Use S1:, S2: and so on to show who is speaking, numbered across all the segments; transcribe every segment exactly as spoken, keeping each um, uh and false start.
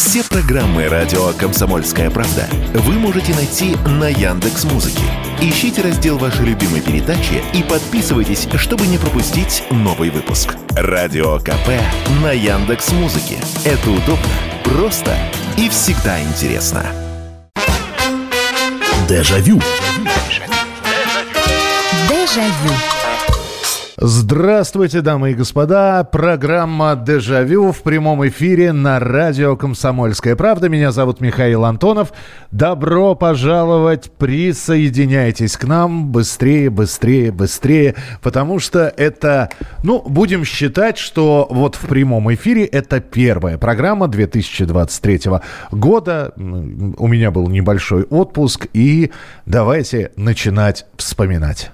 S1: Все программы радио «Комсомольская правда» вы можете найти на Яндекс.Музыке. Ищите раздел вашей любимой передачи и подписывайтесь, чтобы не пропустить новый выпуск. Радио КП на Яндекс.Музыке. Это удобно, просто и всегда интересно. Дежавю.
S2: Дежавю.
S3: Здравствуйте, дамы и господа. Программа «Дежавю» в прямом эфире на радио «Комсомольская правда». Меня зовут Михаил Антонов. Добро пожаловать, присоединяйтесь к нам быстрее, быстрее, быстрее, потому что это, ну, будем считать, что вот в прямом эфире это первая программа две тысячи двадцать третьего года. У меня был небольшой отпуск, и давайте начинать вспоминать.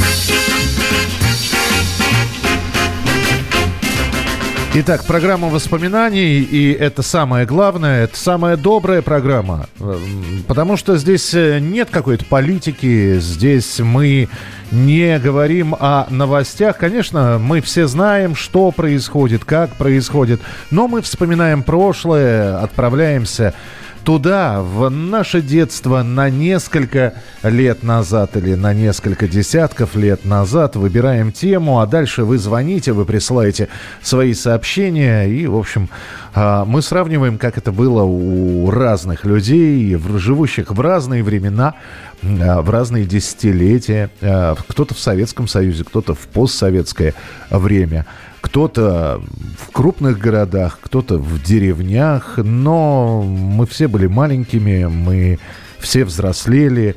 S3: Итак, программа воспоминаний, и это самое главное, это самая добрая программа, потому что здесь нет какой-то политики, здесь мы не говорим о новостях. Конечно, мы все знаем, что происходит, как происходит, но мы вспоминаем прошлое, отправляемся туда, в наше детство на несколько лет назад или на несколько десятков лет назад, выбираем тему, а дальше вы звоните, вы присылаете свои сообщения, и, в общем, мы сравниваем, как это было у разных людей, живущих в разные времена, в разные десятилетия, кто-то в Советском Союзе, кто-то в постсоветское время. Кто-то в крупных городах, кто-то в деревнях, но мы все были маленькими, мы все взрослели,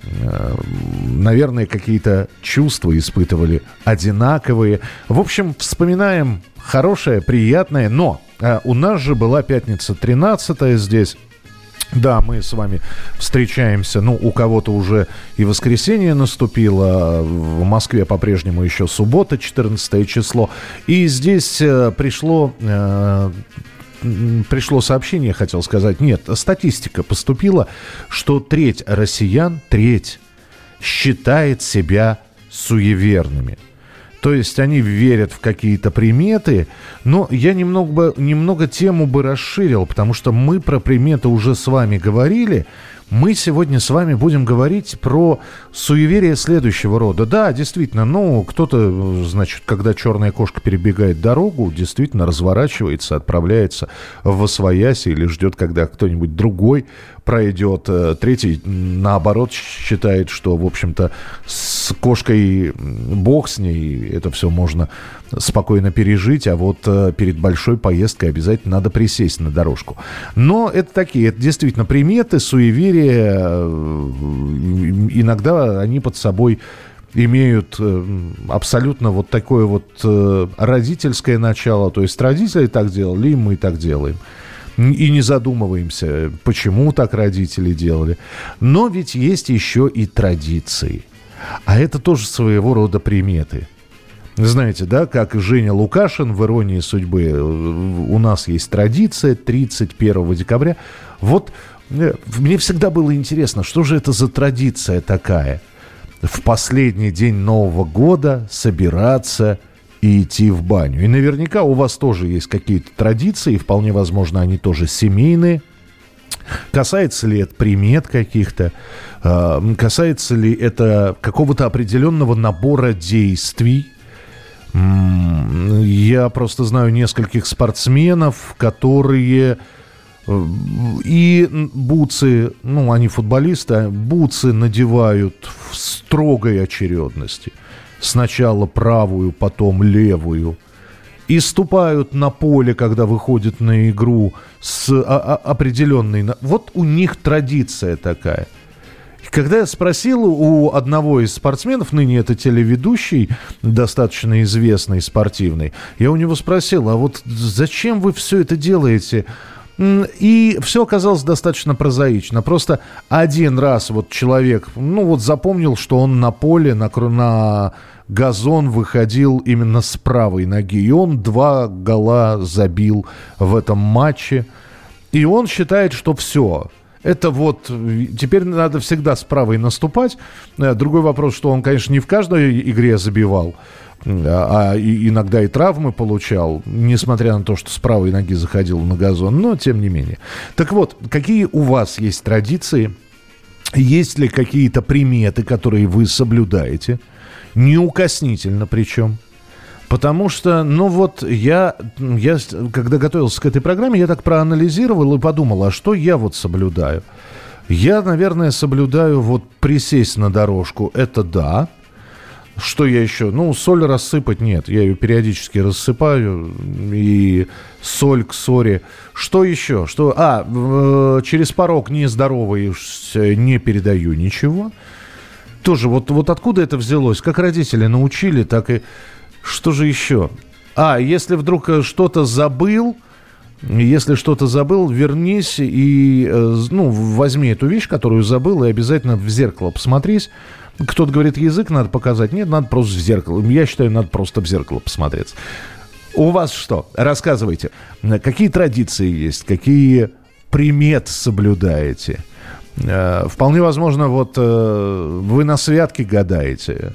S3: наверное, какие-то чувства испытывали одинаковые. В общем, вспоминаем хорошее, приятное, но у нас же была пятница тринадцатая здесь. Да, мы с вами встречаемся, ну, у кого-то уже и воскресенье наступило, в Москве по-прежнему еще суббота, четырнадцатое число, и здесь э, пришло, э, пришло сообщение, хотел сказать, нет, статистика поступила, что треть россиян, треть считает себя суеверными. То есть они верят в какие-то приметы, но я немного, немного тему бы расширил, потому что мы про приметы уже с вами говорили. Мы сегодня с вами будем говорить про суеверие следующего рода. Да, действительно, ну, кто-то, значит, когда черная кошка перебегает дорогу, действительно разворачивается, отправляется восвояси или ждет, когда кто-нибудь другой пройдет. Третий, наоборот, считает, что, в общем-то, с кошкой бог с ней, это все можно спокойно пережить, а вот перед большой поездкой обязательно надо присесть на дорожку. Но это такие, это действительно приметы, суеверия. Иногда они под собой имеют абсолютно вот такое вот родительское начало. То есть родители так делали, и мы так делаем. И не задумываемся, почему так родители делали. Но ведь есть еще и традиции. А это тоже своего рода приметы. Знаете, да, как Женя Лукашин в «Иронии судьбы», у нас есть традиция тридцать первого декабря. Вот мне всегда было интересно, что же это за традиция такая? В последний день Нового года собираться и идти в баню. И наверняка у вас тоже есть какие-то традиции, вполне возможно, они тоже семейные. Касается ли это примет каких-то, касается ли это какого-то определенного набора действий. Я просто знаю нескольких спортсменов, которые и бутсы, ну, они футболисты, бутсы надевают в строгой очередности. Сначала правую, потом левую. И ступают на поле, когда выходят на игру с определенной... Вот у них традиция такая. Когда я спросил у одного из спортсменов, ныне это телеведущий, достаточно известный, спортивный, я у него спросил, а вот зачем вы все это делаете? И все оказалось достаточно прозаично. Просто один раз вот человек, ну вот запомнил, что он на поле, на, на газон выходил именно с правой ноги. И он два гола забил в этом матче. И он считает, что все. Это вот, теперь надо всегда с правой наступать. Другой вопрос, что он, конечно, не в каждой игре забивал. а, а и, иногда и травмы получал, несмотря на то, что с правой ноги заходил на газон, но тем не менее. Так вот, какие у вас есть традиции? Есть ли какие-то приметы, которые вы соблюдаете? Неукоснительно причем. Потому что, ну вот, я, я, когда готовился к этой программе, я так проанализировал и подумал, а что я вот соблюдаю? Я, наверное, соблюдаю вот присесть на дорожку, это да. Что я еще? Ну, соль рассыпать нет, я ее периодически рассыпаю, и соль к соре. Что еще? Что? А, через порог не здороваюсь, не передаю ничего. Тоже вот, вот откуда это взялось? Как родители научили, так и... Что же еще? А, если вдруг что-то забыл, если что-то забыл, вернись и, ну, возьми эту вещь, которую забыл, и обязательно в зеркало посмотрись. Кто-то говорит, язык надо показать. Нет, надо просто в зеркало. Я считаю, надо просто в зеркало посмотреться. У вас что? Рассказывайте. Какие традиции есть? Какие приметы соблюдаете? Вполне возможно, вот вы на святке гадаете.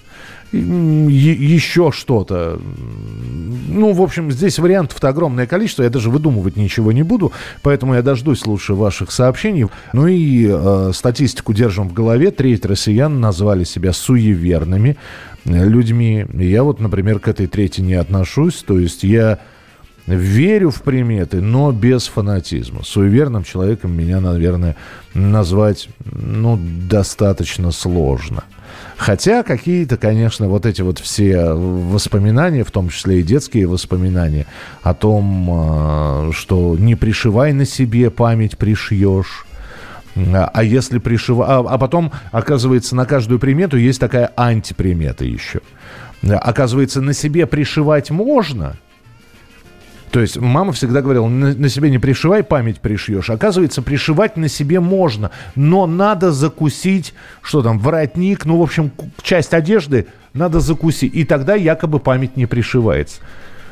S3: Еще что-то. Ну, в общем, здесь вариантов-то огромное количество. Я даже выдумывать ничего не буду, поэтому я дождусь лучше ваших сообщений. Ну и э, статистику держим в голове. Треть россиян назвали себя суеверными людьми. Я вот, например, к этой трети не отношусь. То есть я верю в приметы, но без фанатизма. Суеверным человеком меня, наверное, назвать, ну, достаточно сложно. Хотя какие-то, конечно, вот эти вот все воспоминания, в том числе и детские воспоминания о том, что не пришивай на себе, память пришьешь. А если пришивай... А, а потом, оказывается, на каждую примету есть такая антипримета еще. Оказывается, на себе пришивать можно... То есть мама всегда говорила, на, на себе не пришивай, память пришьешь. Оказывается, пришивать на себе можно, но надо закусить, что там, воротник, ну, в общем, часть одежды надо закусить. И тогда якобы память не пришивается.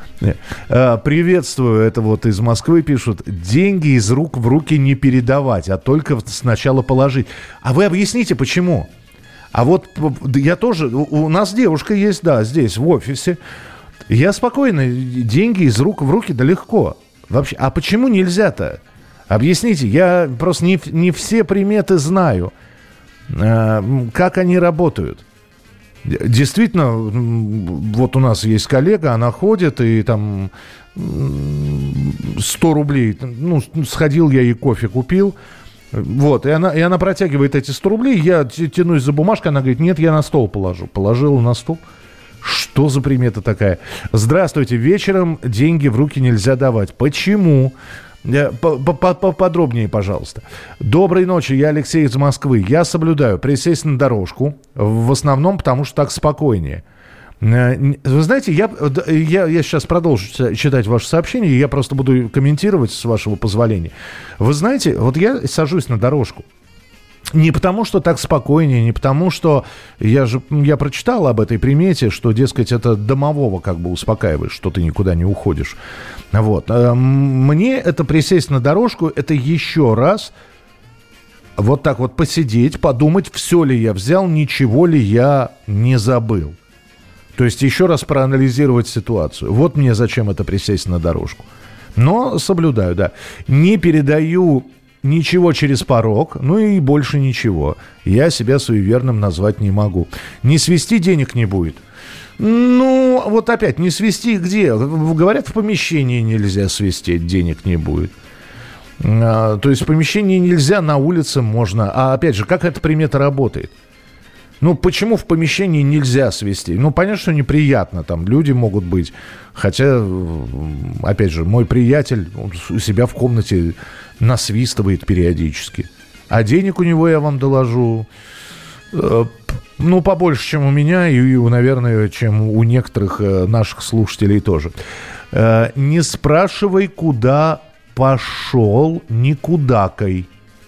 S3: Приветствую, это вот из Москвы пишут. Деньги из рук в руки не передавать, а только сначала положить. А вы объясните, почему? А вот я тоже, у нас девушка есть, да, здесь, в офисе. Я спокойно, деньги из рук в руки, да легко. Вообще, а почему нельзя-то? Объясните, я просто не, не все приметы знаю, э, как они работают. Действительно, вот у нас есть коллега, она ходит, и там сто рублей, ну, сходил я ей кофе купил, вот, и она, и она протягивает эти сто рублей, я тянусь за бумажкой, она говорит, нет, я на стол положу. Положила на стол. Что за примета такая? Здравствуйте, вечером деньги в руки нельзя давать. Почему? Поподробнее, пожалуйста. Доброй ночи, я Алексей из Москвы. Я соблюдаю присесть на дорожку, в основном потому, что так спокойнее. Вы знаете, я, я, я сейчас продолжу читать ваше сообщение, я просто буду комментировать, с вашего позволения. Вы знаете, вот я сажусь на дорожку. Не потому, что так спокойнее, не потому, что я же я прочитал об этой примете, что, дескать, это домового как бы успокаиваешь, что ты никуда не уходишь. Вот. Мне это присесть на дорожку, это еще раз вот так вот посидеть, подумать, все ли я взял, ничего ли я не забыл. То есть еще раз проанализировать ситуацию. Вот мне зачем это присесть на дорожку. Но соблюдаю, да. Не передаю... Ничего через порог, ну и больше ничего. Я себя суеверным назвать не могу. Не свести денег не будет. Ну, вот опять, не свести где? Говорят, в помещении нельзя свести, денег не будет. А, то есть в помещении нельзя, на улице можно. А опять же, как эта примета работает? Ну, почему в помещении нельзя свести? Ну, понятно, что неприятно, там люди могут быть. Хотя, опять же, мой приятель у себя в комнате насвистывает периодически. А денег у него, я вам доложу, ну, побольше, чем у меня и, наверное, чем у некоторых наших слушателей тоже. Не спрашивай, куда пошел, никудакой.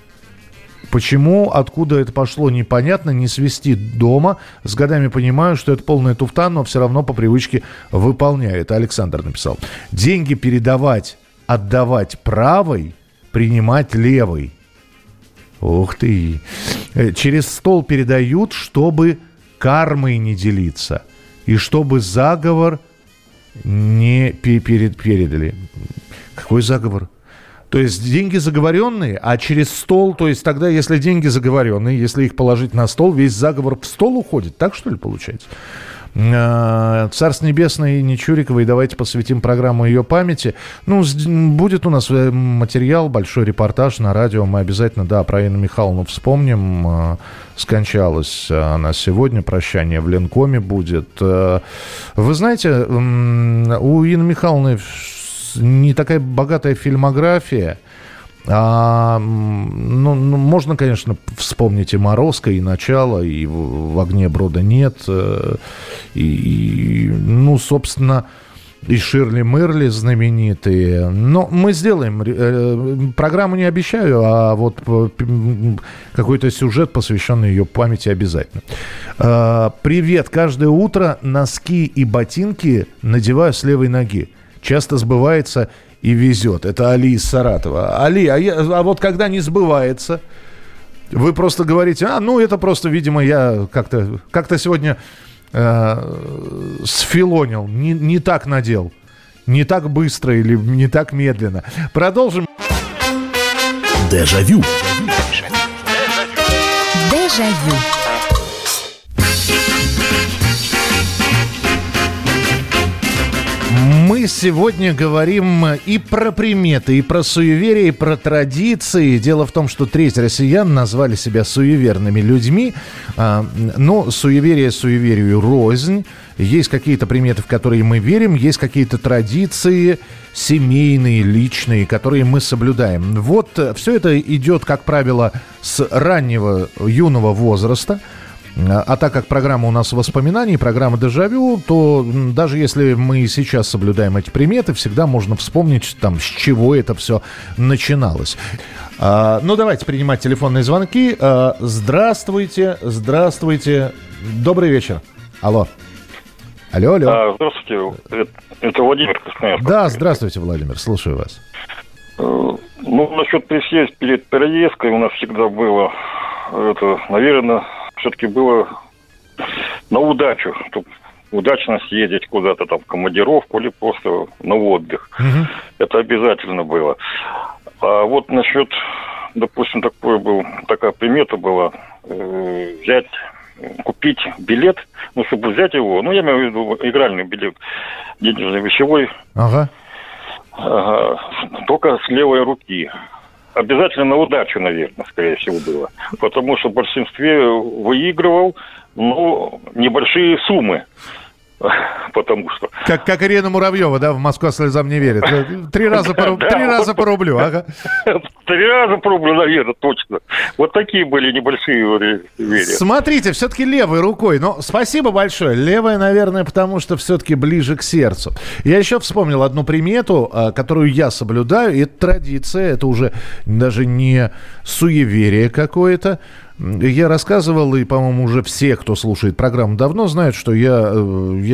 S3: Почему, откуда это пошло, непонятно, не свести дома. С годами понимаю, что это полная туфта, но все равно по привычке выполняю. Это Александр написал. Деньги передавать, отдавать правой, принимать левой. Ух ты. Через стол передают, чтобы кармой не делиться. и чтобы заговор не передали. Какой заговор? То есть деньги заговоренные, а через стол, то есть тогда, если деньги заговоренные, если их положить на стол, весь заговор в стол уходит. Так, что ли, получается? Царство Небесное Инне Чуриковой, давайте посвятим программу ее памяти. Ну, будет у нас материал, большой репортаж на радио. Мы обязательно, да, про Инну Михайловну вспомним. Скончалась она сегодня, прощание в Ленкоме будет. Вы знаете, у Инны Михайловны не такая богатая фильмография. А, ну, ну, можно, конечно, вспомнить и «Морозко», и «Начало», и «В огне брода нет», и, и ну, собственно, и «Ширли Мырли» знаменитые. Но мы сделаем, программу не обещаю, а вот какой-то сюжет, посвященный ее памяти, обязательно. Привет, каждое утро носки и ботинки надеваю с левой ноги. Часто сбывается и везет. Это Али из Саратова. Али, а, я, а вот когда не сбывается, вы просто говорите, а, ну, это просто, видимо, я как-то, как-то сегодня э, сфилонил, не, не так надел, не так быстро или не так медленно. Продолжим.
S1: Дежавю.
S2: Дежавю.
S3: Мы сегодня говорим и про приметы, и про суеверия, и про традиции. Дело в том, что треть россиян назвали себя суеверными людьми. Но суеверие суеверию рознь. Есть какие-то приметы, в которые мы верим, есть какие-то традиции семейные, личные, которые мы соблюдаем. Вот все это идет, как правило, с раннего юного возраста. А так как программа у нас воспоминаний, программа «Дежавю», то даже если мы сейчас соблюдаем эти приметы, всегда можно вспомнить, там, с чего это все начиналось. А, ну, давайте принимать телефонные звонки. А, здравствуйте, здравствуйте. Добрый вечер. Алло. Алло, алло.
S4: А, здравствуйте, это, это Владимир Красноярск.
S3: Да, здравствуйте, Владимир, слушаю вас.
S4: Ну, насчет присесть перед поездкой у нас всегда было, это, наверное... все-таки было на удачу, чтобы удачно съездить куда-то там в командировку или просто на отдых. Угу. Это обязательно было. А вот насчет, допустим, такое был, такая примета была, э, взять, купить билет, ну, чтобы взять его, ну, я имею в виду игральный билет, денежный, вещевой, ага. Ага, только с левой руки. Обязательно на удачу, наверное, скорее всего, было. Потому что в большинстве выигрывал, ну, небольшие суммы. Потому что...
S3: Как, как Ирина Муравьева, да, в «Москва слезам не верит». Три раза по, три раза по рублю, ага.
S4: Три раза по рублю, наверное, точно. Вот такие были небольшие верия.
S3: Смотрите, все-таки левой рукой. Но спасибо большое. Левая, наверное, потому что все-таки ближе к сердцу. Я еще вспомнил одну примету, которую я соблюдаю. Это традиция, это уже даже не суеверие какое-то. Я рассказывал, и, по-моему, уже все, кто слушает программу, давно знают, что я, я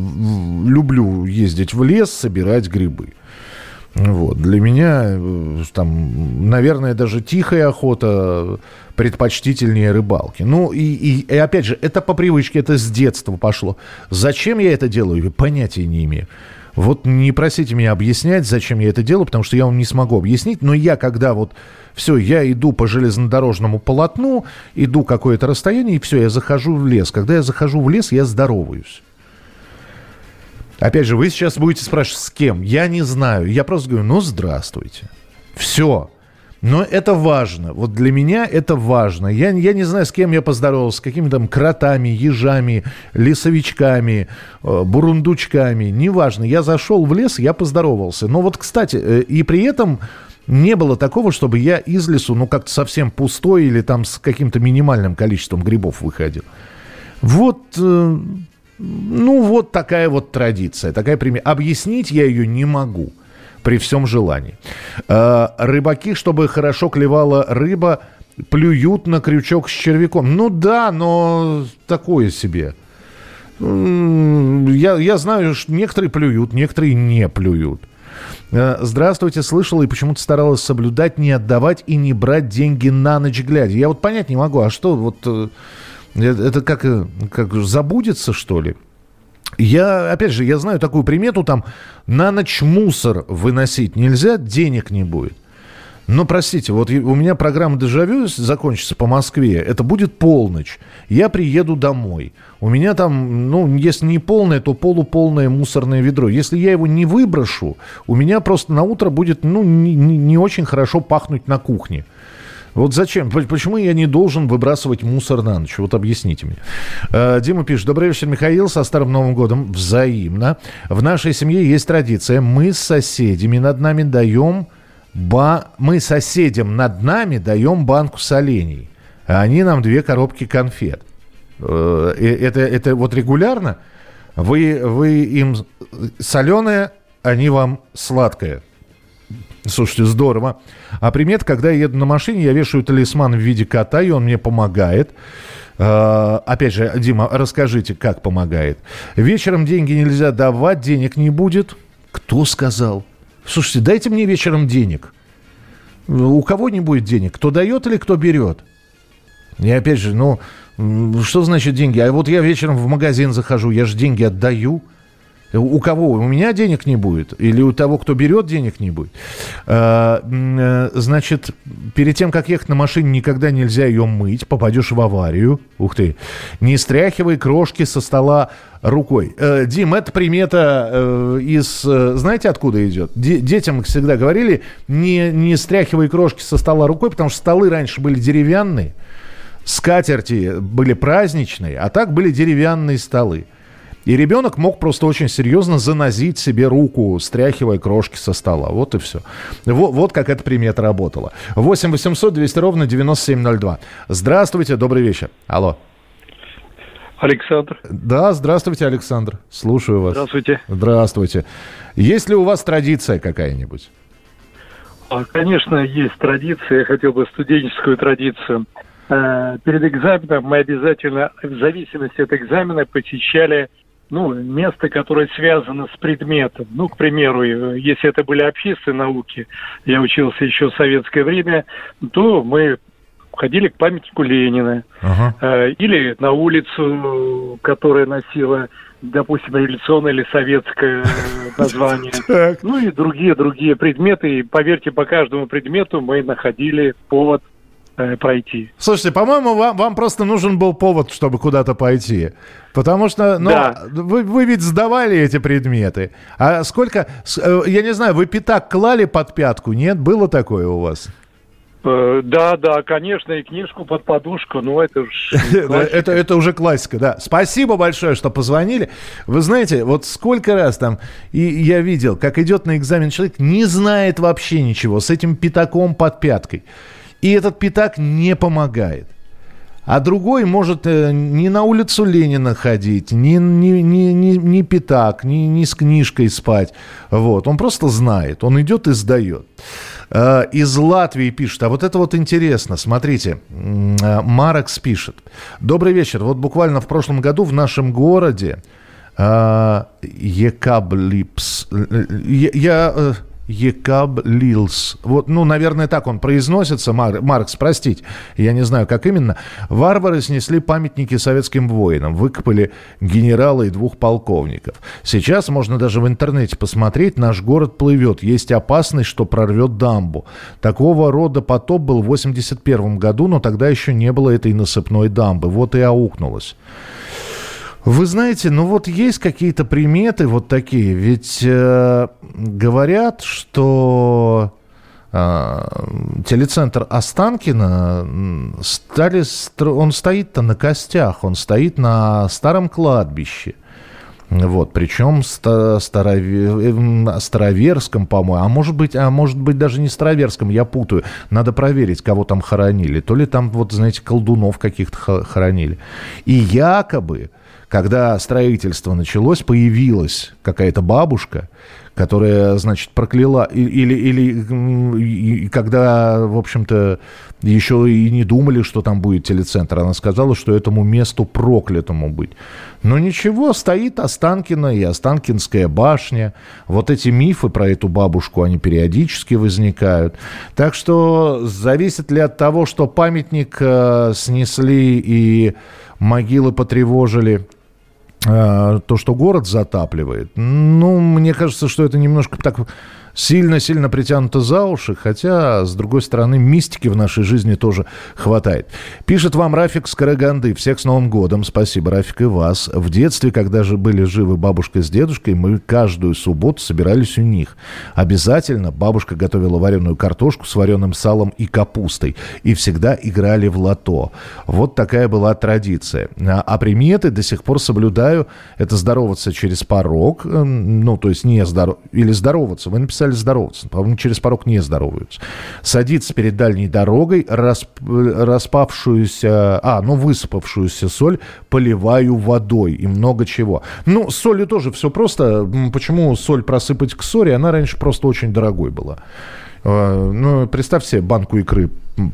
S3: люблю ездить в лес, собирать грибы. Вот. Для меня, там, наверное, даже тихая охота предпочтительнее рыбалки. Ну, и, и, и опять же, это по привычке, это с детства пошло. Зачем я это делаю, понятия не имею. Вот не просите меня объяснять, зачем я это делаю, потому что я вам не смогу объяснить. Но я, когда вот все, я иду по железнодорожному полотну, иду какое-то расстояние, и все, я захожу в лес. Когда я захожу в лес, я здороваюсь. Опять же, вы сейчас будете спрашивать, с кем? Я не знаю. Я просто говорю, ну, здравствуйте. Все. Но это важно. Вот для меня это важно. Я, я не знаю, с кем я поздоровался. С какими-то там кротами, ежами, лесовичками, э, бурундучками. Неважно. Я зашел в лес, я поздоровался. Но вот, кстати, э, и при этом не было такого, чтобы я из лесу, ну, как-то совсем пустой или там с каким-то минимальным количеством грибов выходил. Вот... Э, ну, вот такая вот традиция. Такая примета. Объяснить я ее не могу. При всем желании. Рыбаки, чтобы хорошо клевала рыба, плюют на крючок с червяком. Ну да, но такое себе. Я, я знаю, что некоторые плюют, некоторые не плюют. Здравствуйте, слышала и почему-то старалась соблюдать, не отдавать и не брать деньги на ночь глядя. Я вот понять не могу, а что вот... Это как, как забудется, что ли? Я, опять же, я знаю такую примету, там на ночь мусор выносить нельзя, денег не будет. Но, простите, вот у меня программа «Дежавю» закончится по Москве, это будет полночь, я приеду домой. У меня там, ну, если не полное, то полуполное мусорное ведро. Если я его не выброшу, у меня просто на утро будет, ну, не, не очень хорошо пахнуть на кухне. Вот зачем? Почему я не должен выбрасывать мусор на ночь? Вот объясните мне. Дима пишет. Добрый вечер, Михаил. Со Старым Новым годом. Взаимно. В нашей семье есть традиция. Мы с соседями над нами даем... Ба... Мы соседям над нами даем банку солений. А они нам две коробки конфет. Это, это вот регулярно? Вы, вы им соленое, они вам сладкое. Слушайте, здорово. А примет, когда я еду на машине, я вешаю талисман в виде кота, и он мне помогает. Uh, опять же, Дима, расскажите, как помогает. Вечером деньги нельзя давать, денег не будет. Кто сказал? Слушайте, дайте мне вечером денег. У кого не будет денег? Кто дает или кто берет? И опять же, ну, что значит деньги? А вот я вечером в магазин захожу, я же деньги отдаю. У кого? У меня денег не будет? Или у того, кто берет, денег не будет? А, значит, перед тем, как ехать на машине, никогда нельзя ее мыть. Попадешь в аварию. Ух ты. Не стряхивай крошки со стола рукой. А, Дим, эта примета э, из... Знаете, откуда идет? Де- детям всегда говорили, не, не стряхивай крошки со стола рукой, потому что столы раньше были деревянные, скатерти были праздничные, а так были деревянные столы. И ребенок мог просто очень серьезно занозить себе руку, стряхивая крошки со стола. Вот и все. Вот, вот как эта примета работала. восемь восемьсот двести ровно девяносто семь ноль два. Здравствуйте, добрый вечер. Алло.
S2: Александр.
S3: Да, здравствуйте, Александр. Слушаю вас.
S2: Здравствуйте.
S3: Здравствуйте. Есть ли у вас традиция какая-нибудь?
S2: Конечно, есть традиция. Я хотел бы студенческую традицию. Перед экзаменом мы обязательно, в зависимости от экзамена, посещали ну, место, которое связано с предметом. Ну, к примеру, если это были общественные науки, я учился еще в советское время, то мы ходили к памятнику Ленина. Ага. Или на улицу, которая носила, допустим, революционное или советское название. Ну и другие-другие предметы. И, поверьте, по каждому предмету мы находили повод пройти.
S3: Слушайте, по-моему, вам, вам просто нужен был повод, чтобы куда-то пойти. Потому что, ну, да. вы, вы ведь сдавали эти предметы. А сколько, я не знаю, вы пятак клали под пятку? Нет? Было такое у вас?
S2: Да, да, конечно, и книжку под подушку, ну это уж
S3: это, это уже классика, да. Спасибо большое, что позвонили. Вы знаете, вот сколько раз там, и я видел, как идет на экзамен человек, не знает вообще ничего, с этим пятаком под пяткой. И этот пятак не помогает. А другой может э, не на улицу Ленина ходить, не, не, не, не, не пятак, не, не с книжкой спать. Вот. Он просто знает, он идет и сдает. Э, из Латвии пишет, а вот это вот интересно, смотрите, э, Марекс пишет. Добрый вечер, вот буквально в прошлом году в нашем городе э, Екаблипс, э, я... я э, Екаблилс. Вот, ну, наверное, так он произносится. Мар- Маркс, простите, я не знаю, как именно. Варвары снесли памятники советским воинам, выкопали генерала и двух полковников. Сейчас можно даже в интернете посмотреть, наш город плывет. Есть опасность, что прорвет дамбу. Такого рода потоп был в восемьдесят первом году, но тогда еще не было этой насыпной дамбы. Вот и аукнулось. Вы знаете, ну вот есть какие-то приметы вот такие, ведь э, говорят, что э, телецентр Останкино стали, он стоит-то на костях, он стоит на старом кладбище. Вот, причем ста- старове- староверском, по-моему, а может быть, а может быть даже не староверском, я путаю. Надо проверить, кого там хоронили. То ли там, вот, знаете, колдунов каких-то хоронили. И якобы, когда строительство началось, появилась какая-то бабушка, которая, значит, прокляла, или, или и, когда, в общем-то, еще и не думали, что там будет телецентр, она сказала, что этому месту проклятому быть. Но ничего, стоит Останкино и Останкинская башня. Вот эти мифы про эту бабушку, они периодически возникают. Так что зависит ли от того, что памятник э, снесли и могилы потревожили, то, что город затапливает, ну, мне кажется, что это немножко так сильно-сильно притянуто за уши, хотя, с другой стороны, мистики в нашей жизни тоже хватает. Пишет вам Рафик с Караганды. Всех с Новым годом. Спасибо, Рафик, и вас. В детстве, когда же были живы бабушка с дедушкой, мы каждую субботу собирались у них. Обязательно бабушка готовила вареную картошку с вареным салом и капустой. И всегда играли в лото. Вот такая была традиция. А приметы до сих пор соблюдаю. Это здороваться через порог. Ну, то есть не здоров... Или здороваться. Вы написали здороваться. По-моему, через порог не здороваются. Садиться перед дальней дорогой, расп... распавшуюся, а, ну, высыпавшуюся соль поливаю водой и много чего. Ну, с солью тоже все просто. Почему соль просыпать к соли? Она раньше просто очень дорогой была. Ну, представьте себе банку икры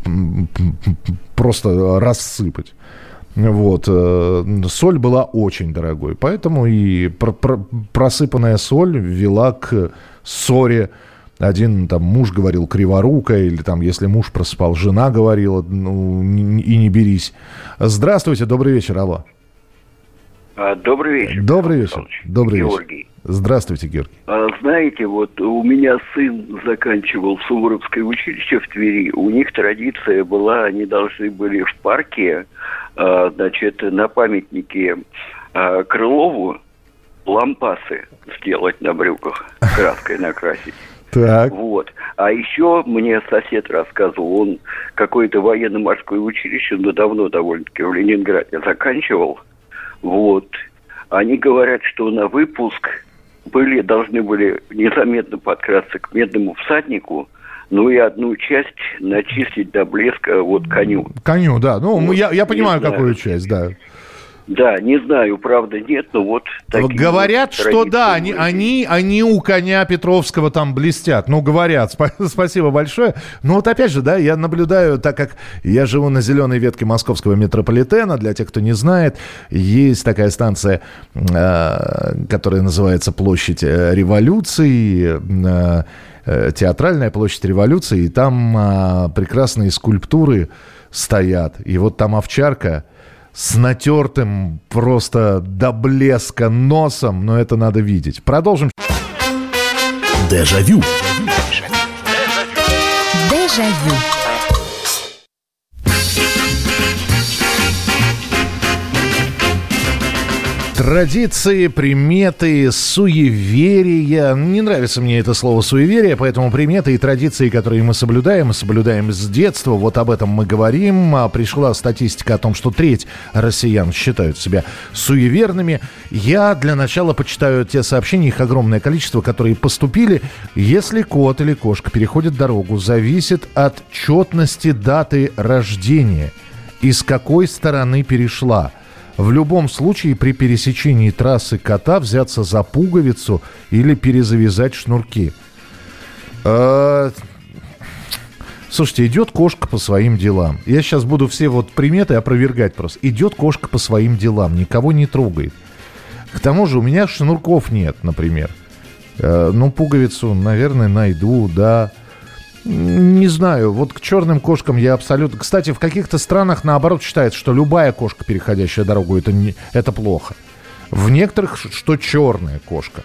S3: просто рассыпать. Вот. Соль была очень дорогой. Поэтому и просыпанная соль вела к ссоре. Один там муж говорил криворукая, или там, если муж просыпал, жена говорила, ну, и не берись. Здравствуйте, добрый вечер, алло.
S5: Добрый вечер.
S3: Добрый вечер. Добрый
S5: Георгий.
S3: вечер. Здравствуйте, Георгий.
S5: Знаете, вот у меня сын заканчивал Суворовское училище в Твери. У них традиция была, они должны были в парке, значит, на памятнике Крылову лампасы сделать на брюках, краской накрасить.
S3: Так.
S5: Вот. А еще мне сосед рассказывал, он какое-то военно-морское училище, но давно довольно-таки в Ленинграде заканчивал. Вот. Они говорят, что на выпуск были, должны были незаметно подкрасться к медному всаднику, ну и одну часть начистить до блеска вот коню.
S3: Коню, да. Ну, вот, я, я понимаю,
S5: знаю.
S3: Какую часть, да.
S5: Да, не знаю, правда нет, но вот такие
S3: говорят,
S5: вот
S3: что да, они, они, они у коня Петровского там блестят. Ну, говорят, спасибо большое. Но вот опять же, да, я наблюдаю, так как я живу на зеленой ветке московского метрополитена, для тех, кто не знает, есть такая станция, которая называется Площадь Революции, Театральная площадь Революции, и там прекрасные скульптуры стоят. И вот там овчарка с натертым просто до блеска носом, но это надо видеть. Продолжим.
S1: Дежавю.
S6: Дежавю.
S3: Традиции, приметы, суеверия. Не нравится мне это слово суеверие, поэтому приметы и традиции, которые мы соблюдаем, мы соблюдаем с детства. Вот об этом мы говорим. Пришла статистика о том, что треть россиян считают себя суеверными. Я для начала почитаю те сообщения, их огромное количество, которые поступили. Если кот или кошка переходит дорогу, зависит от четности даты рождения и с какой стороны перешла. В любом случае, при пересечении трассы кота взяться за пуговицу или перезавязать шнурки. А... Слушайте, идет кошка по своим делам. Я сейчас буду все вот приметы опровергать просто. Идет кошка по своим делам, никого не трогает. К тому же у меня шнурков нет, например. А, ну, пуговицу, наверное, найду, да. Не знаю, вот к черным кошкам я абсолютно... Кстати, в каких-то странах, наоборот, считается, что любая кошка, переходящая дорогу, это, не... это плохо. В некоторых, что черная кошка.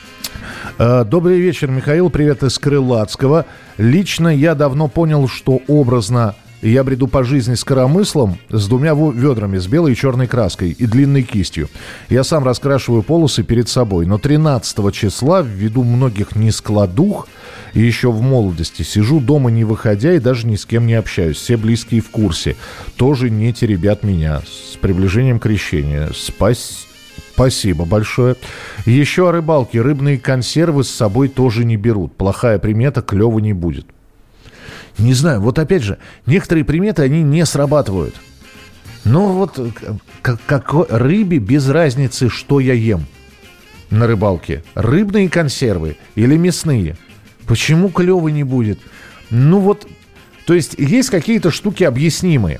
S3: Добрый вечер, Михаил, привет из Крылатского. Лично я давно понял, что образно я бреду по жизни с коромыслом, с двумя ведрами, с белой и черной краской и длинной кистью. Я сам раскрашиваю полосы перед собой, но тринадцатого числа, ввиду многих нескладух, и еще в молодости сижу дома, не выходя, и даже ни с кем не общаюсь. Все близкие в курсе. Тоже не теребят меня. С приближением крещения. Спасибо. Спасибо большое. Еще о рыбалке. Рыбные консервы с собой тоже не берут. Плохая примета, клёва не будет. Не знаю, вот опять же, некоторые приметы, они не срабатывают. Ну вот, как, как рыбе без разницы, что я ем на рыбалке. Рыбные консервы или мясные. Почему клёва не будет? Ну вот, то есть есть какие-то штуки объяснимые.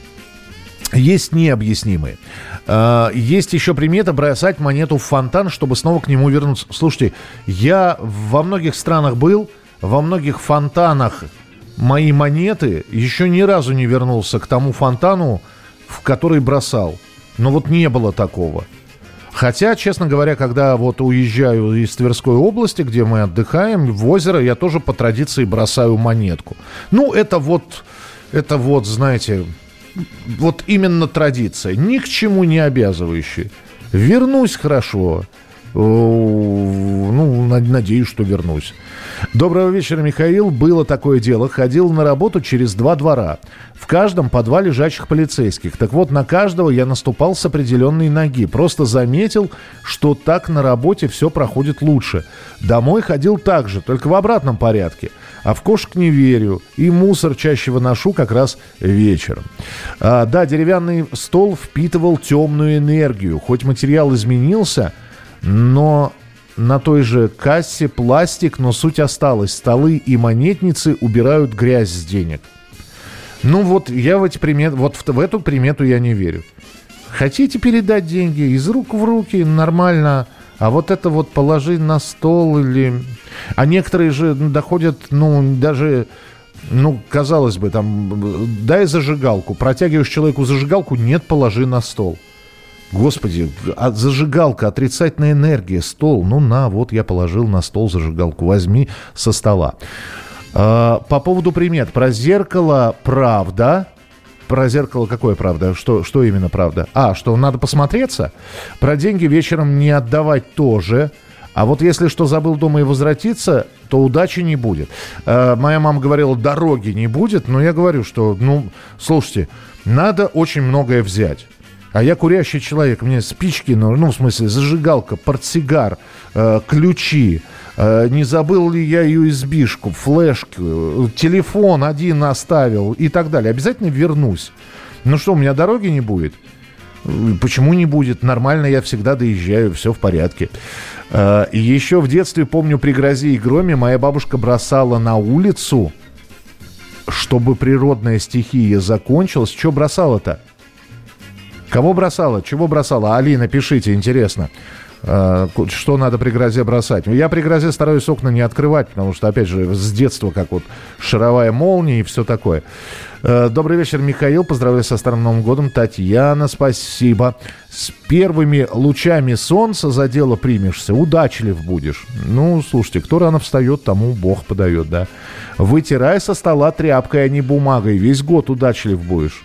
S3: Есть необъяснимые. Есть еще примета бросать монету в фонтан, чтобы снова к нему вернуться. Слушайте, я во многих странах был, во многих фонтанах мои монеты, еще ни разу не вернулся к тому фонтану, в который бросал. Но вот не было такого. Хотя, честно говоря, когда вот уезжаю из Тверской области, где мы отдыхаем, в озеро, я тоже по традиции бросаю монетку. Ну, это вот, это вот, знаете, вот именно традиция, ни к чему не обязывающая. Вернусь хорошо. Ну, надеюсь, что вернусь. Доброго вечера, Михаил. Было такое дело. Ходил на работу через два двора. В каждом по два лежачих полицейских. Так вот, на каждого я наступал с определенной ноги. Просто заметил, что так на работе все проходит лучше. Домой ходил так же, только в обратном порядке. А в кошек не верю. И мусор чаще выношу как раз вечером. А, да, деревянный стол впитывал темную энергию. Хоть материал изменился, но на той же кассе пластик, но суть осталась. Столы и монетницы убирают грязь с денег. Ну вот я в эти приметы, вот в, в эту примету я не верю. Хотите передать деньги из рук в руки, нормально. А вот это вот положи на стол или... А некоторые же доходят, ну, даже... Ну, казалось бы, там, дай зажигалку. Протягиваешь человеку зажигалку, нет, положи на стол. Господи, а зажигалка, отрицательная энергия, стол. Ну, на, вот я положил на стол зажигалку, возьми со стола. А, по поводу примет. Про зеркало правда. Про зеркало какое правда? Что, что именно правда? А, что надо посмотреться? Про деньги вечером не отдавать тоже. А вот если что забыл дома и возвратиться, то удачи не будет. А, моя мама говорила, дороги не будет. Но я говорю, что, ну, слушайте, надо очень многое взять. А я курящий человек, мне спички, ну, ну в смысле, зажигалка, портсигар, э, ключи, э, не забыл ли я ю эс би-шку, флешку, телефон один оставил и так далее. Обязательно вернусь. Ну что, у меня дороги не будет? Почему не будет? Нормально, я всегда доезжаю, все в порядке. Э, и еще в детстве, помню, при грозе и громе моя бабушка бросала на улицу, чтобы природная стихия закончилась. Что бросала-то? Кого бросала? Чего бросала? Алина, пишите, интересно. Что надо при грозе бросать? Я при грозе стараюсь окна не открывать, потому что, опять же, с детства как вот шаровая молния и все такое. Добрый вечер, Михаил. Поздравляю со Старым Новым годом. Татьяна, спасибо. С первыми лучами солнца за дело примешься. Удачлив будешь. Ну, слушайте, кто рано встает, тому Бог подает, да? Вытирай со стола тряпкой, а не бумагой. Весь год удачлив будешь.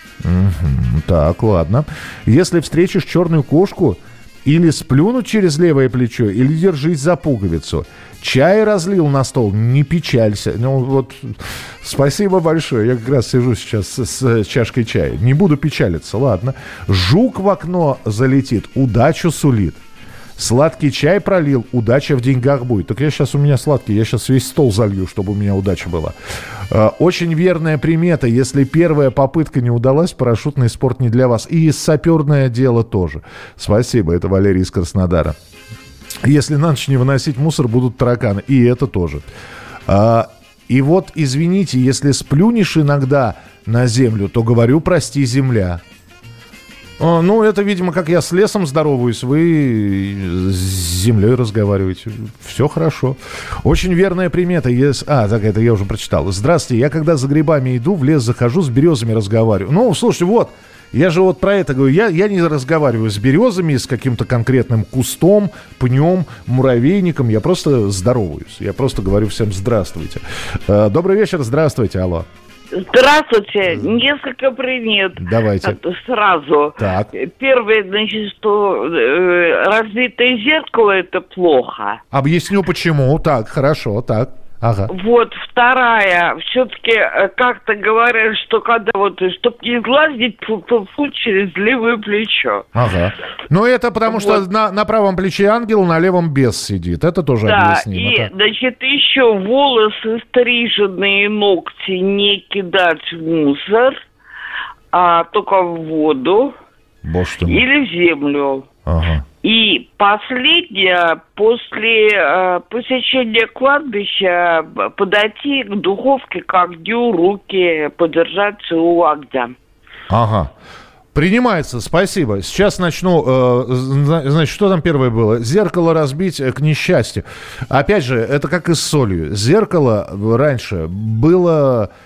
S3: Угу, так, ладно. Если встретишь черную кошку, или сплюнуть через левое плечо, или держись за пуговицу. Чай разлил на стол, не печалься. Ну вот, спасибо большое. Я как раз сижу сейчас с, с чашкой чая. Не буду печалиться, ладно. Жук в окно залетит, удачу сулит. Сладкий чай пролил, удача в деньгах будет. Так я сейчас, у меня сладкий, я сейчас весь стол залью, чтобы у меня удача была. Очень верная примета. Если первая попытка не удалась, парашютный спорт не для вас. И саперное дело тоже. Спасибо, это Валерий из Краснодара. Если на ночь не выносить мусор, будут тараканы. И это тоже. И вот, извините, если сплюнешь иногда на землю, то говорю, прости, земля. Ну, это, видимо, как я с лесом здороваюсь, вы с землей разговариваете. Все хорошо. Очень верная примета. Yes. А, так это я уже прочитал. Здравствуйте, я когда за грибами иду, в лес захожу, с березами разговариваю. Ну, слушайте, вот, я же вот про это говорю. Я, я не разговариваю с березами, с каким-то конкретным кустом, пнем, муравейником. Я просто здороваюсь. Я просто говорю всем здравствуйте. Добрый вечер, здравствуйте, алло.
S6: Здравствуйте. Несколько примет.
S3: Давайте.
S6: Сразу.
S3: Так.
S6: Первое, значит, что э, разбитое зеркало – это плохо.
S3: Объясню, почему. Так, хорошо, так. Ага.
S6: Вот, вторая. Все-таки как-то говорят, что когда вот, чтобы не сглазить, фу-фу-фу через левое плечо.
S3: Ага. Ну, это потому вот. Что на, на правом плече ангел, на левом бес сидит. Это тоже
S6: да,
S3: объяснимо.
S6: И,
S3: так.
S6: значит, еще волосы стриженные, ногти не кидать в мусор, а только в воду.
S3: Боже ты мой.
S6: Или в землю.
S3: Ага.
S6: И последнее, после э, посещения кладбища подойти к духовке к огню, руки подержаться у огня.
S3: Ага. Принимается, спасибо. Сейчас начну. Э, значит, что там первое было? Зеркало разбить к несчастью. Опять же, это как и с солью. Зеркало раньше было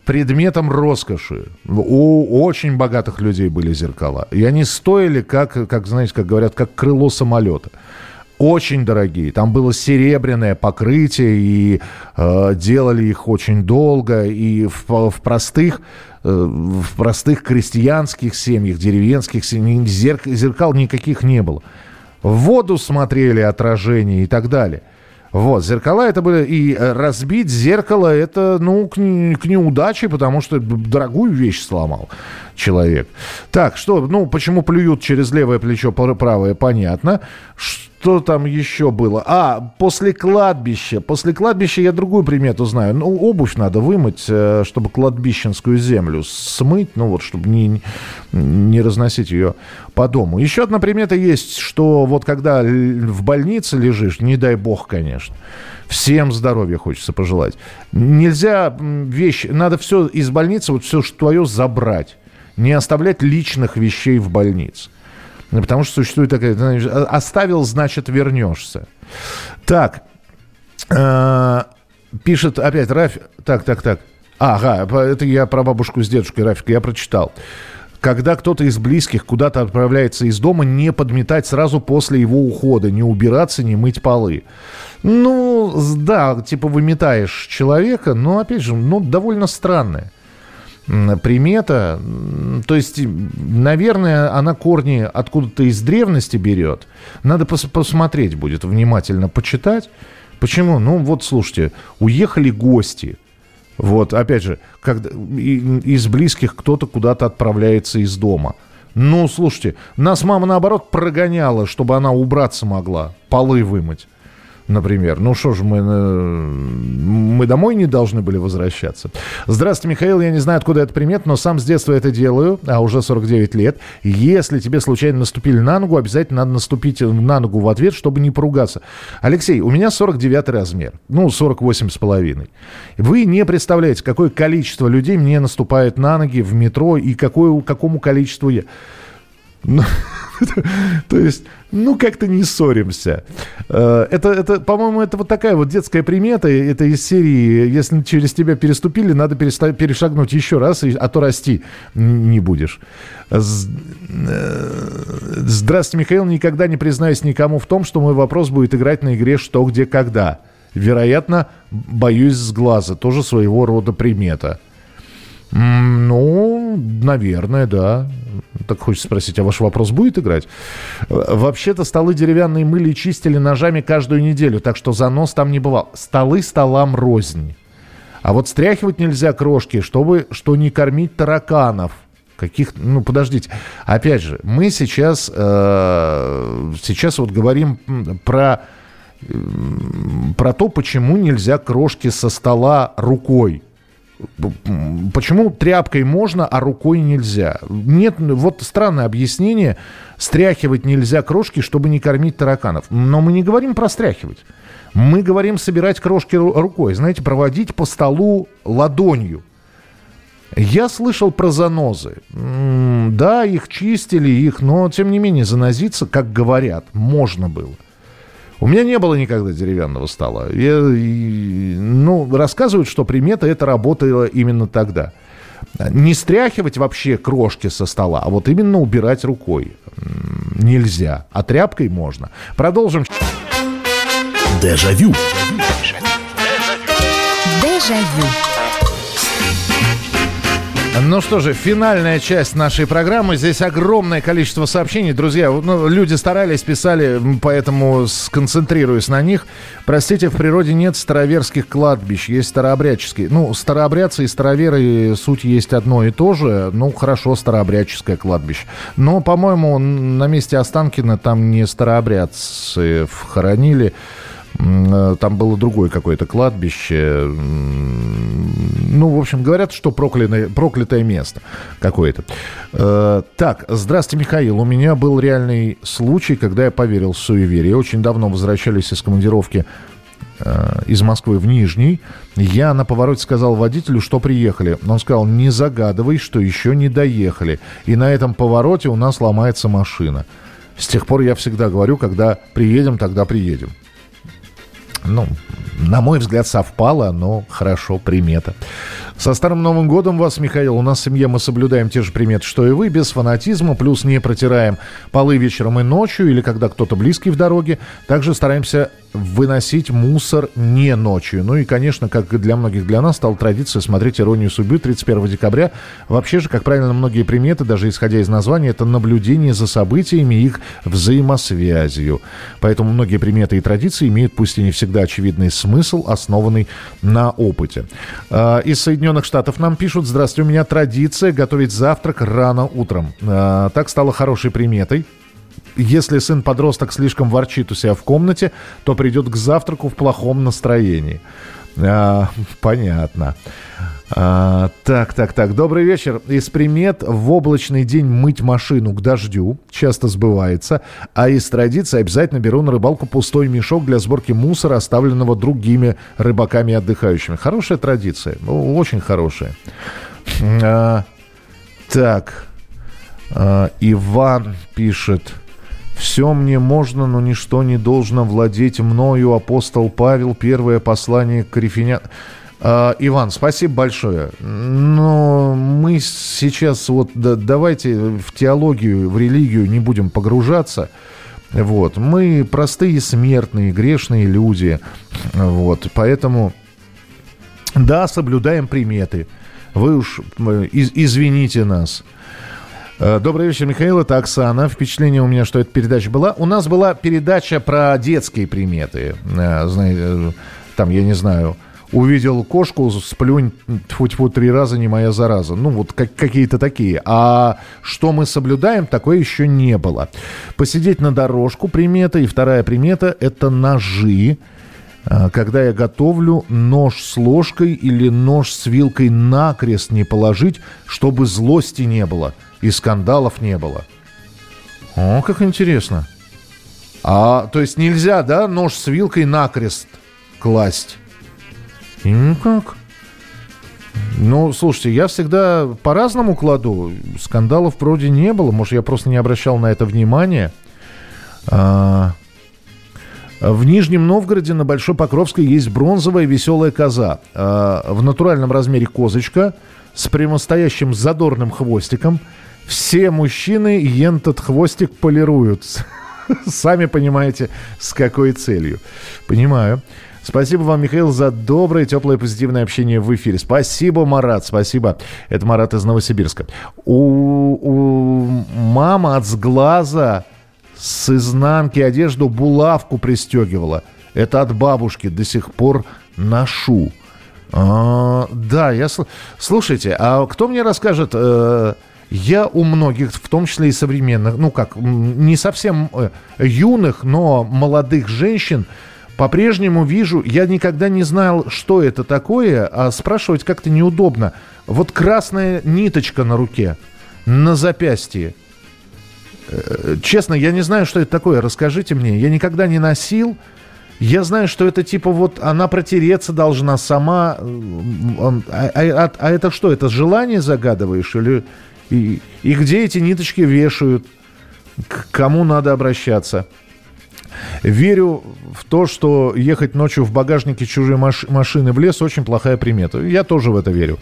S3: предметом роскоши. У очень богатых людей были зеркала. И они стоили, как, как знаете, как говорят, как крыло самолета. Очень дорогие. Там было серебряное покрытие, и э, делали их очень долго. И в, в простых... в простых крестьянских семьях, деревенских семьях зерк, зеркал никаких не было. В воду смотрели отражение и так далее. Вот, зеркала это были... И разбить зеркало это, ну, к, к неудаче, потому что дорогую вещь сломал человек. Так, что, ну, почему плюют через левое плечо, правое, понятно. Что там еще было? А, после кладбища. После кладбища я другую примету знаю. Ну, обувь надо вымыть, чтобы кладбищенскую землю смыть, ну, вот, чтобы не, не разносить ее по дому. Еще одна примета есть, что вот когда в больнице лежишь, не дай бог, конечно, всем здоровья хочется пожелать. Нельзя вещи, надо все из больницы, вот все, что твое, забрать. Не оставлять личных вещей в больнице. Потому что существует такая... Оставил, значит, вернешься. Так. Э, пишет опять Раф... Так, так, так. Ага, это я про бабушку с дедушкой, Рафик, я прочитал. Когда кто-то из близких куда-то отправляется из дома, не подметать сразу после его ухода, не убираться, не мыть полы. Ну, да, типа выметаешь человека, но, опять же, ну, довольно странное. Примета, то есть, наверное, она корни откуда-то из древности берет. Надо пос- посмотреть будет, внимательно почитать. Почему? Ну, вот, слушайте, уехали гости. Вот, опять же, когда из близких кто-то куда-то отправляется из дома. Ну, слушайте, нас мама, наоборот, прогоняла, чтобы она убраться могла, полы вымыть. Например. Ну что ж, мы, мы домой не должны были возвращаться. Здравствуйте, Михаил. Я не знаю, откуда это примет, но сам с детства это делаю, а уже сорок девять лет. Если тебе случайно наступили на ногу, обязательно надо наступить на ногу в ответ, чтобы не поругаться. Алексей, у меня сорок девятый размер. Ну, сорок восемь с половиной. Вы не представляете, какое количество людей мне наступает на ноги в метро и какое, какому количеству я... Ну, то есть, ну, как-то не ссоримся. Это, это, по-моему, это вот такая вот детская примета. Это из серии, если через тебя переступили, надо переста- перешагнуть еще раз, а то расти не будешь. Здравствуйте, Михаил. Никогда не признаюсь никому в том, что мой вопрос будет играть на игре «Что, где, когда». Вероятно, боюсь с глаза. Тоже своего рода примета. Ну, наверное, да. Так хочется спросить, а ваш вопрос будет играть? Вообще-то столы деревянные мыли и чистили ножами каждую неделю, так что занос там не бывал. Столы столам рознь. А вот стряхивать нельзя крошки, чтобы что не кормить тараканов. Каких, ну, подождите. Опять же, мы сейчас, э, сейчас вот говорим про, э, про то, почему нельзя крошки со стола рукой. Почему тряпкой можно, а рукой нельзя? Нет, вот странное объяснение. Стряхивать нельзя крошки, чтобы не кормить тараканов. Но мы не говорим про стряхивать. Мы говорим собирать крошки рукой. Знаете, проводить по столу ладонью. Я слышал про занозы. Да, их чистили, их, но тем не менее занозиться, как говорят, можно было. У меня не было никогда деревянного стола. Я, и, ну, рассказывают, что примета это работало именно тогда. Не стряхивать вообще крошки со стола, а вот именно убирать рукой нельзя. А тряпкой можно. Продолжим.
S1: Дежавю.
S7: Дежавю.
S3: Ну что же, финальная часть нашей программы. Здесь огромное количество сообщений. Друзья, ну, люди старались, писали, поэтому сконцентрируюсь на них. Простите, в природе нет староверских кладбищ, есть старообрядческие. Ну, старообрядцы и староверы, суть есть одно и то же. Ну, хорошо, старообрядческое кладбище. Но, по-моему, на месте Останкина там не старообрядцы хоронили. Там было другое какое-то кладбище. Ну, в общем, говорят, что проклятое, проклятое место какое-то. Э, так, здравствуйте, Михаил. У меня был реальный случай, когда я поверил в суеверие. Очень давно возвращались из командировки э, из Москвы в Нижний. Я на повороте сказал водителю, что приехали. Он сказал, не загадывай, что еще не доехали. И на этом повороте у нас ломается машина. С тех пор я всегда говорю, когда приедем, тогда приедем. Ну, на мой взгляд, совпало, но хорошо, примета. Со Старым Новым годом вас, Михаил. У нас в семье мы соблюдаем те же приметы, что и вы, без фанатизма, плюс не протираем полы вечером и ночью, или когда кто-то близкий в дороге. Также стараемся выносить мусор не ночью. Ну и, конечно, как и для многих для нас, стала традиция смотреть «Иронию судьбы» тридцать первого декабря. Вообще же, как правильно, многие приметы, даже исходя из названия, это наблюдение за событиями и их взаимосвязью. Поэтому многие приметы и традиции имеют, пусть и не всегда очевидный смысл, основанный на опыте. Из Соединенных Штатов нам пишут: «Здравствуйте, у меня традиция готовить завтрак рано утром. Так стало хорошей приметой. Если сын-подросток слишком ворчит у себя в комнате, то придет к завтраку в плохом настроении». А, понятно. А, так, так, так. Добрый вечер. Из примет: в облачный день мыть машину к дождю. Часто сбывается. А из традиции: обязательно беру на рыбалку пустой мешок для сборки мусора, оставленного другими рыбаками и отдыхающими. Хорошая традиция. Очень хорошая. А, так. А, Иван пишет: «Все мне можно, но ничто не должно владеть мною». Апостол Павел, первое послание к Коринфянам. А, Иван, спасибо большое. Но мы сейчас вот да, давайте в теологию, в религию не будем погружаться. Вот. Мы простые смертные, грешные люди. Вот. Поэтому, да, соблюдаем приметы. Вы уж из, извините нас. Добрый вечер, Михаил, это Оксана. Впечатление у меня, что эта передача была. У нас была передача про детские приметы. Знаете, там, я не знаю, увидел кошку, сплюнь, тьфу-тьфу, три раза, не моя зараза. Ну, вот как, какие-то такие. А что мы соблюдаем, такое еще не было. Посидеть на дорожку — примета. И вторая примета — это ножи. Когда я готовлю, нож с ложкой или нож с вилкой накрест не положить, чтобы злости не было и скандалов не было. О, как интересно. А, то есть нельзя, да, нож с вилкой накрест класть? И никак. Ну, слушайте, я всегда по-разному кладу. Скандалов вроде не было. Может, я просто не обращал на это внимания. А... В Нижнем Новгороде на Большой Покровской есть бронзовая веселая коза. А... В натуральном размере козочка с прямостоящим задорным хвостиком. Все мужчины ентот хвостик полируют. Сами понимаете, с какой целью. Понимаю. Спасибо вам, Михаил, за доброе, теплое, позитивное общение в эфире. Спасибо, Марат, спасибо. Это Марат из Новосибирска. У, у мама от сглаза с изнанки одежду булавку пристегивала. Это от бабушки, до сих пор ношу. А, да, я... Слушайте, а кто мне расскажет... Э, я у многих, в том числе и современных, ну как, не совсем э, юных, но молодых женщин, по-прежнему вижу, я никогда не знал, что это такое, а спрашивать как-то неудобно. Вот красная ниточка на руке, на запястье. Честно, я не знаю, что это такое, расскажите мне. Я никогда не носил. Я знаю, что это типа вот она протереться должна сама. А, а, а это что, это желание загадываешь? Или... И, и где эти ниточки вешают? К кому надо обращаться? Верю в то, что ехать ночью в багажнике чужой маш- машины в лес очень плохая примета. Я тоже в это верю.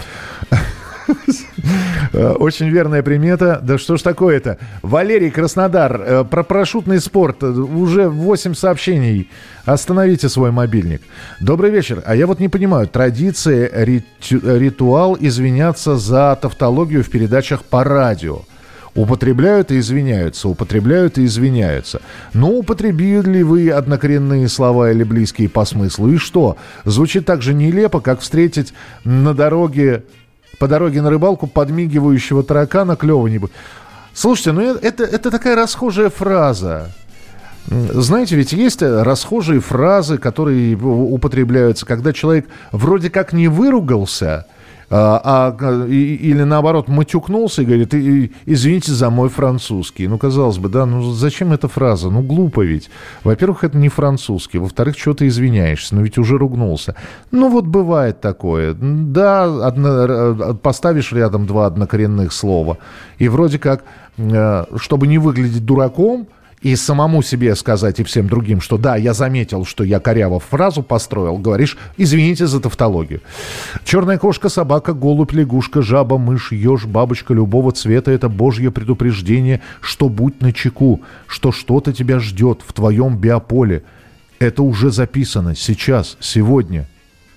S3: Очень верная примета. Да что ж такое-то? Валерий, Краснодар. Про парашютный спорт. Уже восемь сообщений. Остановите свой мобильник. Добрый вечер. А я вот не понимаю. Традиция, риту- ритуал извиняться за тавтологию в передачах по радио. Употребляют и извиняются, употребляют и извиняются. Ну, употребили вы однокоренные слова или близкие по смыслу. И что? Звучит так же нелепо, как встретить на дороге, по дороге на рыбалку подмигивающего таракана, клёво не будет. Слушайте, ну это, это такая расхожая фраза. Знаете, ведь есть расхожие фразы, которые употребляются, когда человек вроде как не выругался, А, а, и, или наоборот матюкнулся и говорит: извините за мой французский. Ну, казалось бы, да, ну зачем эта фраза? Ну, глупо ведь. Во-первых, это не французский. Во-вторых, что ты извиняешься? Ну, ведь уже ругнулся. Ну, вот бывает такое. Да, одно, поставишь рядом два однокоренных слова, и вроде как, чтобы не выглядеть дураком и самому себе сказать и всем другим, что да, я заметил, что я коряво фразу построил, говоришь, извините за тавтологию. Черная кошка, собака, голубь, лягушка, жаба, мышь, еж, бабочка любого цвета — это божье предупреждение, что будь начеку, что что-то тебя ждет в твоем биополе. Это уже записано сейчас, сегодня.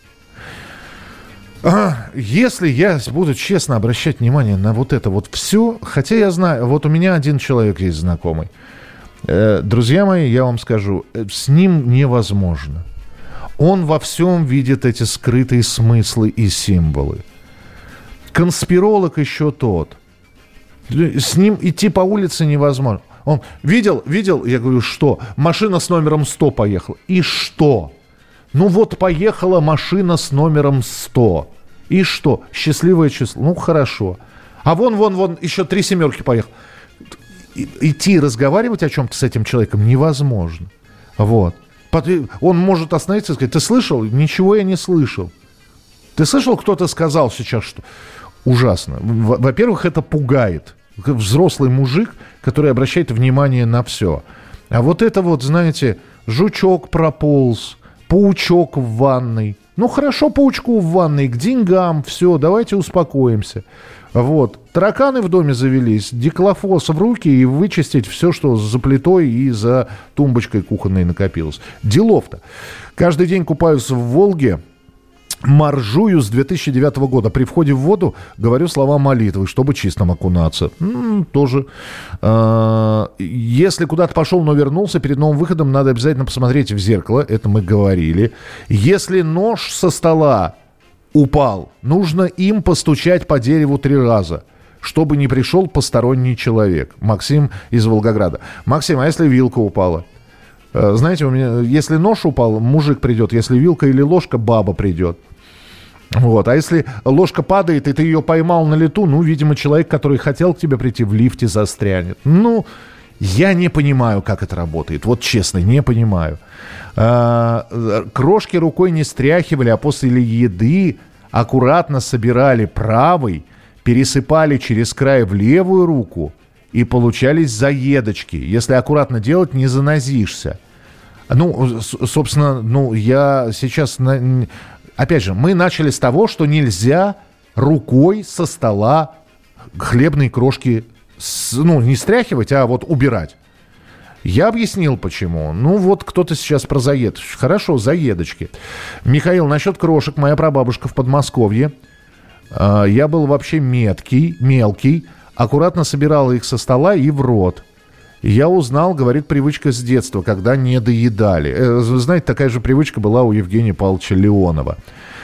S3: А, если я буду честно обращать внимание на вот это вот все, хотя я знаю, вот у меня один человек есть знакомый. Э, друзья мои, я вам скажу, с ним невозможно. Он во всем видит эти скрытые смыслы и символы. Конспиролог еще тот. С ним идти по улице невозможно. Он видел, видел, я говорю, что? Машина с номером сто поехала. И что? Ну вот поехала машина с номером сто. И что? Счастливое число. Ну хорошо. А вон, вон, вон, еще три семерки поехало. Идти разговаривать о чем-то с этим человеком невозможно. Вот. Он может остановиться и сказать: ты слышал? Ничего я не слышал. Ты слышал, кто-то сказал сейчас, что... Ужасно. Во-первых, это пугает. Взрослый мужик, который обращает внимание на все. А вот это вот, знаете, жучок прополз, паучок в ванной. Ну, хорошо, паучку в ванной, к деньгам, все, давайте успокоимся. Вот. Тараканы в доме завелись, диклофос в руки и вычистить все, что за плитой и за тумбочкой кухонной накопилось. Делов-то. Каждый день купаюсь в Волге, моржую с две тысячи девятого года. При входе в воду говорю слова молитвы, чтобы чистым окунаться. М-м, тоже. А- если куда-то пошел, но вернулся, перед новым выходом надо обязательно посмотреть в зеркало. Это мы говорили. Если нож со стола упал, нужно им постучать по дереву три раза, чтобы не пришел посторонний человек. Максим из Волгограда. Максим, а если вилка упала? Знаете, у меня, если нож упал, мужик придет. Если вилка или ложка, баба придет. Вот. А если ложка падает, и ты ее поймал на лету, ну, видимо, человек, который хотел к тебе прийти, в лифте застрянет. Ну, я не понимаю, как это работает. Вот честно, не понимаю. А, крошки рукой не стряхивали, а после еды аккуратно собирали правой, пересыпали через край в левую руку, и получались заедочки. Если аккуратно делать, не занозишься. Ну, собственно, ну, я сейчас... Опять же, мы начали с того, что нельзя рукой со стола хлебные крошки, ну, не стряхивать, а вот убирать. Я объяснил, почему. Ну, вот кто-то сейчас про заедочки. Хорошо, заедочки. Михаил, насчет крошек. Моя прабабушка в Подмосковье. Я был вообще меткий, мелкий. Аккуратно собирала их со стола и в рот. Я узнал, говорит, привычка с детства, когда не доедали. Вы знаете, такая же привычка была у Евгения Павловича Леонова.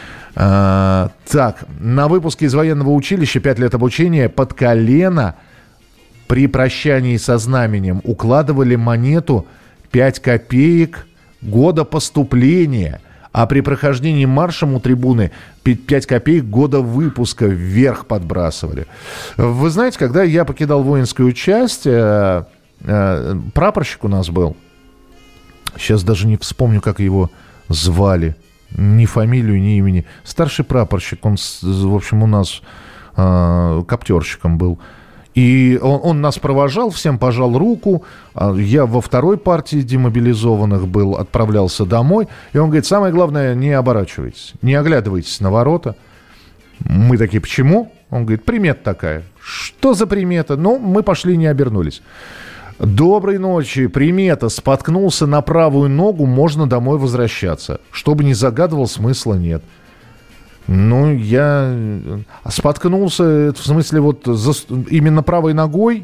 S3: А, так, на выпуске из военного училища пять лет обучения под колено при прощании со знаменем укладывали монету пять копеек года поступления, а при прохождении маршем у трибуны пять копеек года выпуска вверх подбрасывали. Вы знаете, когда я покидал воинскую часть, э, э, прапорщик у нас был, сейчас даже не вспомню, как его звали, ни фамилию, ни имени. Старший прапорщик, он, в общем, у нас э, коптерщиком был. И он, он нас провожал, всем пожал руку. Я во второй партии демобилизованных был, отправлялся домой. И он говорит, самое главное, не оборачивайтесь, не оглядывайтесь на ворота. Мы такие, почему? Он говорит, примета такая. Что за примета? Ну, мы пошли, не обернулись. Доброй ночи, примета. Споткнулся на правую ногу, можно домой возвращаться. Чтобы не загадывал, смысла нет. Ну, я споткнулся, в смысле, вот за, именно правой ногой.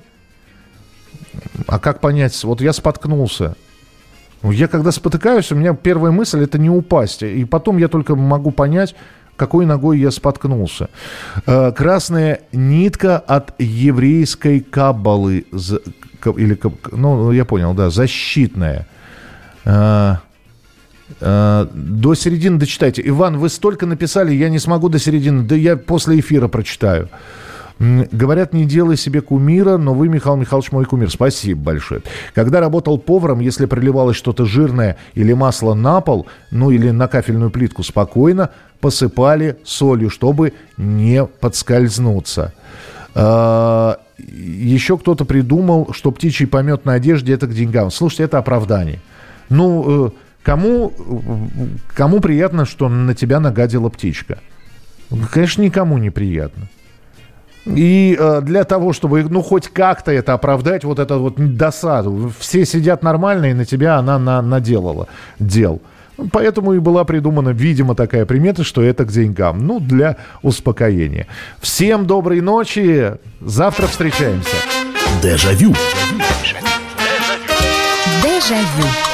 S3: А как понять? Вот я споткнулся. Я когда спотыкаюсь, у меня первая мысль — это не упасть. И потом я только могу понять, какой ногой я споткнулся. Красная нитка от еврейской каббалы. Или, ну, я понял, да, защитная. До середины дочитайте. Иван, вы столько написали, я не смогу до середины. Да я после эфира прочитаю. Говорят, не делай себе кумира, но вы, Михаил Михайлович, мой кумир. Спасибо большое. Когда работал поваром, если проливалось что-то жирное или масло на пол, ну или на кафельную плитку, спокойно посыпали солью, чтобы не подскользнуться. еще кто-то придумал, что птичий помет на одежде – это к деньгам. Слушайте, это оправдание. Ну, э, кому, кому приятно, что на тебя нагадила птичка? Конечно, никому не приятно. И э, для того, чтобы, ну, хоть как-то это оправдать, вот эту вот досаду. Все сидят нормально, и на тебя она на, наделала дел. Поэтому и была придумана, видимо, такая примета, что это к деньгам. Ну, для успокоения. Всем доброй ночи. Завтра встречаемся.
S1: Дежавю.
S7: Дежавю.